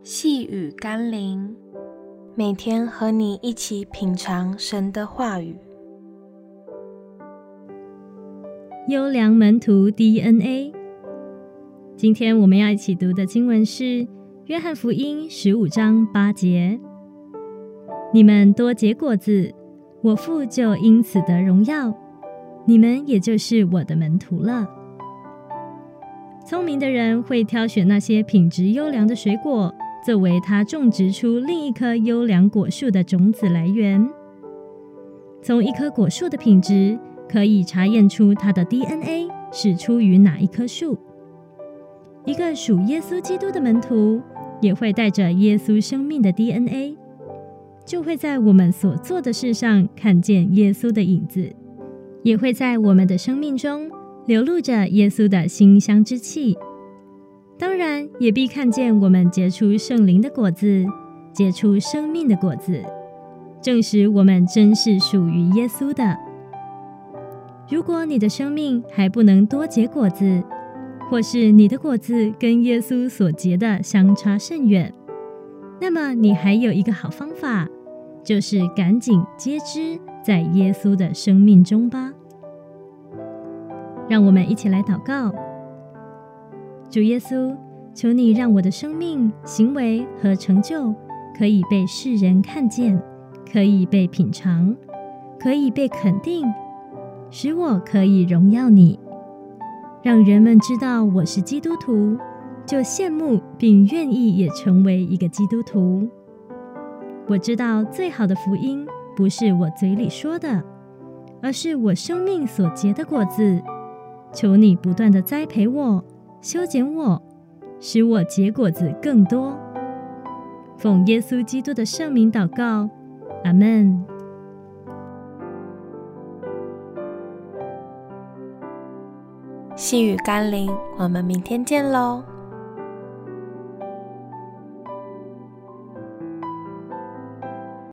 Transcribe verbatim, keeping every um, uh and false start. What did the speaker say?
细雨甘霖，每天和你一起品尝神的话语。 优良门徒 D N A。 今天我们要一起读的经文是约翰福音十五章八节：你们多结果子，我父就因此得荣耀，你们也就是我的门徒了。聪明的人会挑选那些品质优良的水果，作为他种植出另一棵优良果树的种子来源。从一棵果树的品质，可以查验出它的 D N A 是出于哪一棵树。一个属耶稣基督的门徒，也会带着耶稣生命的 D N A， 就会在我们所做的事上看见耶稣的影子，也会在我们的生命中流露着耶稣的馨香之气。当然，也必看见我们结出圣灵的果子，结出生命的果子，证实我们真是属于耶稣的。如果你的生命还不能多结果子，或是你的果子跟耶稣所结的相差甚远，那么你还有一个好方法，就是赶紧接枝在耶稣的生命中吧。让我们一起来祷告。主耶稣，求你让我的生命、行为和成就可以被世人看见，可以被品尝，可以被肯定，使我可以荣耀你，让人们知道我是基督徒，就羡慕并愿意也成为一个基督徒。我知道最好的福音不是我嘴里说的，而是我生命所结的果子。求你不断地栽培我，修剪我，使我结果子更多。奉耶稣基督的圣名祷告，阿们。 细雨甘霖，我们明天见喽。